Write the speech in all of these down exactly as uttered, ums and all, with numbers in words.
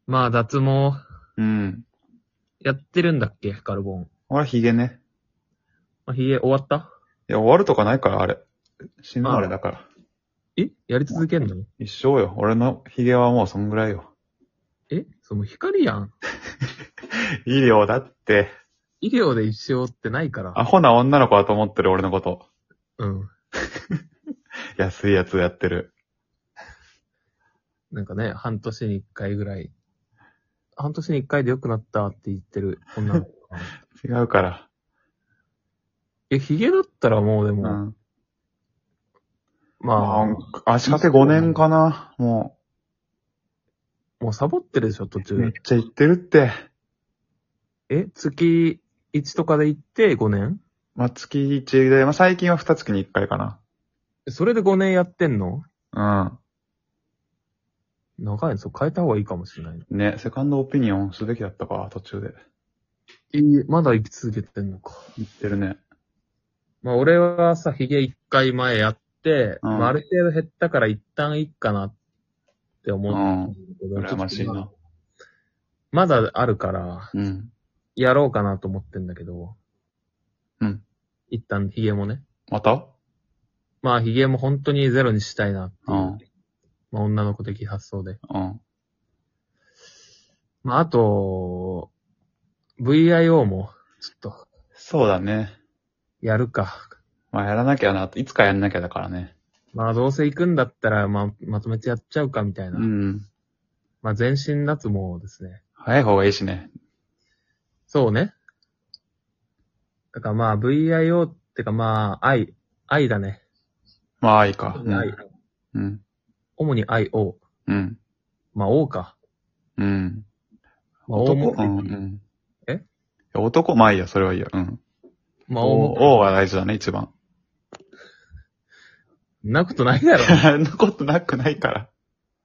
まあ、脱毛、 うん。 やってるんだっけ、カルボン。 俺はヒゲね。 まあ、ヒゲ終わった？ いや、終わるとかないから、あれ。死ぬまであだから。 えやりもう続けんの？ 一生よ。俺のヒゲはもうそんぐらいよ。 えその光やん。 医療だって、 医療で一生ってないから。 アホな女の子だと思ってる俺のこと。 うん。 安いやつやってる。 なんかね、半年に一回ぐらい。半年に一回で良くなったって言ってる女の子が。 違うから。 え、ヒゲだったらもうでも、 うん。 まあ、 まあ、足掛けごねんかな。ももうサボってるでしょ、途う、めっ中。 ちゃ行ってるって。 え月いちとかで行ってごねん？ まあ、月いちで、まあ、最近はにかげつにいっかいかな。 それでごねんやってんの？ うん。 長いの？そう変えた方がいいかもしれない。 ね、セカンドオピニオンすべきだったか、途中で。 いいまだ生き続けてんのか。 言ってるね。 まあ俺はさ、ヒゲ一回前やって、 うん。 まあある程度減ったから一旦いいかなって思うったんだん。 けど、 羨ましいな。 ちょっとまだあるから、 うん。 やろうかなと思ってんだけど、 うん。 一旦ヒゲもね。 またまあヒゲも本当にゼロにしたいなっていう、 うん。 まあ女の子的発想で。 うん。 まああと、ブイアイオー もちょっとそうだね。 やるか。 まあ、やらなきゃな、いつかやんなきゃだからね。 まあどうせ行くんだったら、まあまとめてやっちゃうかみたいな。 うん。 まあ全身脱毛ですね。 早い方がいいしね。 そうね。だからまあ ブイアイオー ってかまあ愛、愛だね。 まあ、いいか。う愛。 ん。うん。 主に アイオー。 うん。 まあ O か。 うん。 まあ O 男、 も。 うん、うん。 えいや男、まあいいや、それはいいや。うん。 まあ O お、 も。 おが大事だね、一番。 んなことないだろ。 そんなことなくないから。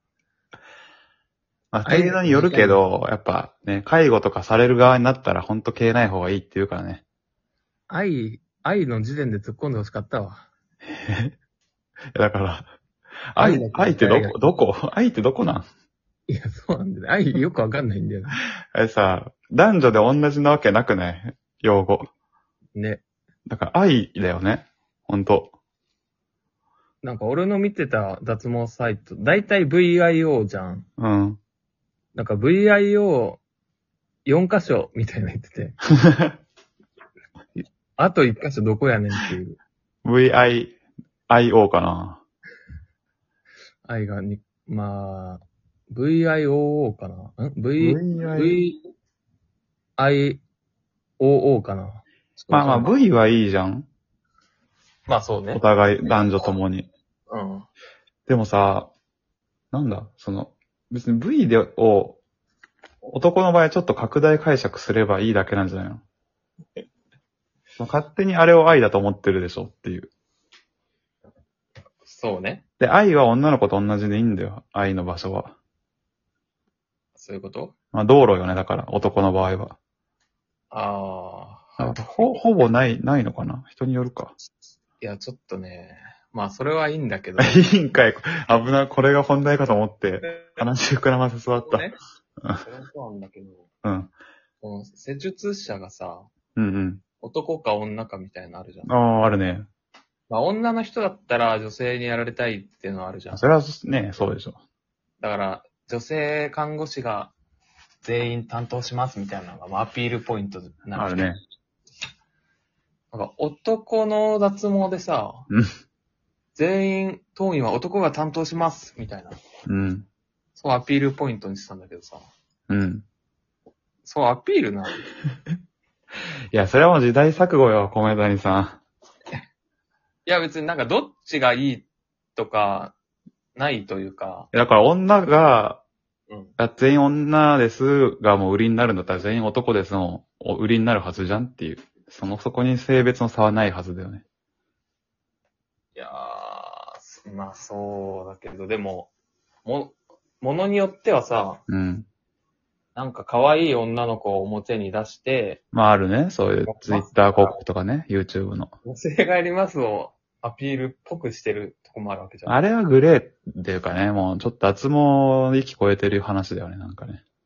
まあ、程度によるけど、やっぱね、介護とかされる側になったらほんと消えない方がいいって言うからね。 愛、愛の時点で突っ込んでほしかったわ。 だから、愛愛だ、 愛ってどこ、どこ愛ってどこなんいや、そうなんだよね。愛よくわかんないんだよあれさ、男女で同じなわけなくない用語。 ね。ね。 だから愛だよね。ほんと。 なんか俺の見てた脱毛サイト、だいたい ブイアイオー じゃん。 うん。 なんか ブイアイオーよん 箇所みたいなの言ってて。あといっ箇所どこやねんっていう。 ブイアイアイオー かな。 愛がに、まあ、ブイアイオーオー かな。ん ?V、 VI VIOO かな。 まあまあ V はいいじゃん。 まあそうね。 お互い男女ともに。 うん。 でもさ、なんだ、その、別に V でを、男の場合ちょっと拡大解釈すればいいだけなんじゃないの勝手にあれを愛だと思ってるでしょっていう。 そうね。 で、愛は女の子と同じでいいんだよ。愛の場所は。 そういうこと？ まあ道路よね、だから、男の場合は。 ああ。 だからほ、ほぼない、ないのかな人によるか。 いや、ちょっとね。まあ、それはいいんだけど。 いいんかい。危ない、これが本題かと思って、話膨らませそうだった。 ね。それはそうなんだけど。 うん。 この施術者がさ、 うんうん。 男か女かみたいなのあるじゃん。 ああ、あるね。 まあ、女の人だったら女性にやられたいっていうのはあるじゃん。 それはね、そうでしょ。 だから、女性看護師が全員担当しますみたいなのが、まあ、アピールポイントになる。 あるね。 なんか男の脱毛でさ、 うん。 全員、当院は男が担当しますみたいな。 うん。 そうアピールポイントにしてたんだけどさ。 うん。 そうアピールな。 いや、それはもう時代錯誤よ、米谷さいや別になんかどっちがいいとか、ないというか。 ん。だから女が、 うん。 全員女ですがもう売りになるんだったら全員男ですの売りになるはずじゃんっていう。その、そこに性別の差はないはずだよね。 いやー、まあそうだけど、でも、も、ものによってはさ、 うん。 なんか可愛い女の子を表に出して、 まああるね。そういうツイッター広告とかね、YouTube の。 女性がやりますをアピールっぽくしてるとこもあるわけじゃん。 あれはグレーっていうかね、もうちょっと脱毛の域超えてる話だよね、なんかね。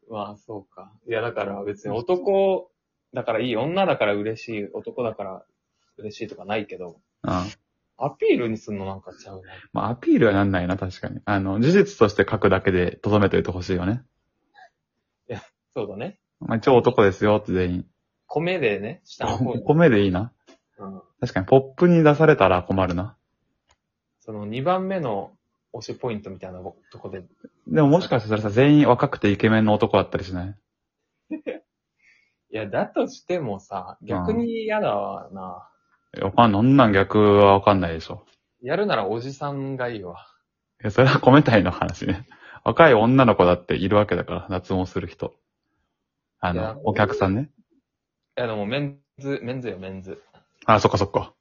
まあ、そうか。いや、だから別に男だからいい、女だから嬉しい、男だから嬉しいとかないけど、 うん。 アピールにすんのなんかちゃうね。 まあ、アピールはなんないな、確かに。あの、事実として書くだけで留めといてほしいよね。 そうだね。 まあ、一応男ですよって全員。 米でね、下の方に。 米でいいな。 うん。 確かに、ポップに出されたら困るな。 そのにばんめの推しポイントみたいなとこで。 でももしかしたらさ、全員若くてイケメンの男だったりしない？ いや、だとしてもさ、逆に嫌だわな。 わかんない。そんなん逆はわかんないでしょ。 やるならおじさんがいいわ。 いや、それは米体の話ね。若い女の子だっているわけだから、脱毛する人。あいやの、お客さんね。 いや、でもメンズ、メンズよ、メンズ。 あ、そっかそっか。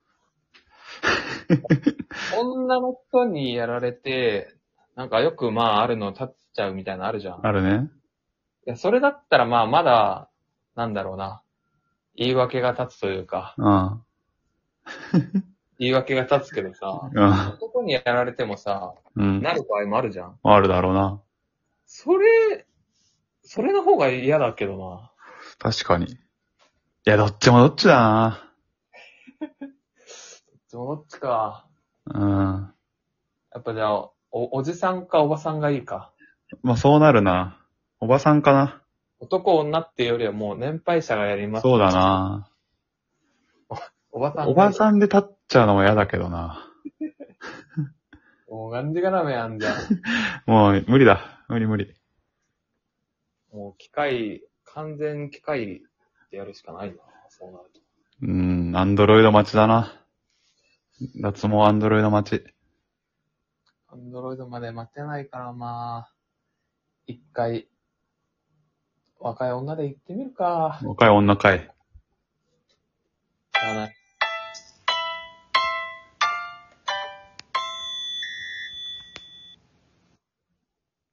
女の人にやられて、なんかよくまああるの立っちゃうみたいなのあるじゃん。 あるね。 いや、それだったらまあまだ、なんだろうな。言い訳が立つというか、 うん。 言い訳が立つけどさ、 うん。 男にやられてもさ、 うん。 なる場合もあるじゃん。 あるだろうな。 それ、それの方が嫌だけどな。 確かに。いや、どっちもどっちだな。 どっちか。 うん。 やっぱじゃあ、お、おじさんかおばさんがいいか。 まあ、そうなるな。おばさんかな。 男女っていうよりはもう年配者がやります。 そうだ。な。 おばさんがいい。 おばさんで立っちゃうのも嫌だけどな。 もうがんじがらめやんじゃん。 もう、無理だ。無理無理。 もう機械、完全機械でやるしかないな。そうなると。 うーん、アンドロイド待ちだな。脱毛アンドロイド待ち。 アンドロイドまで待てないからまあ、一回、若い女で行ってみるか。 若い女かい。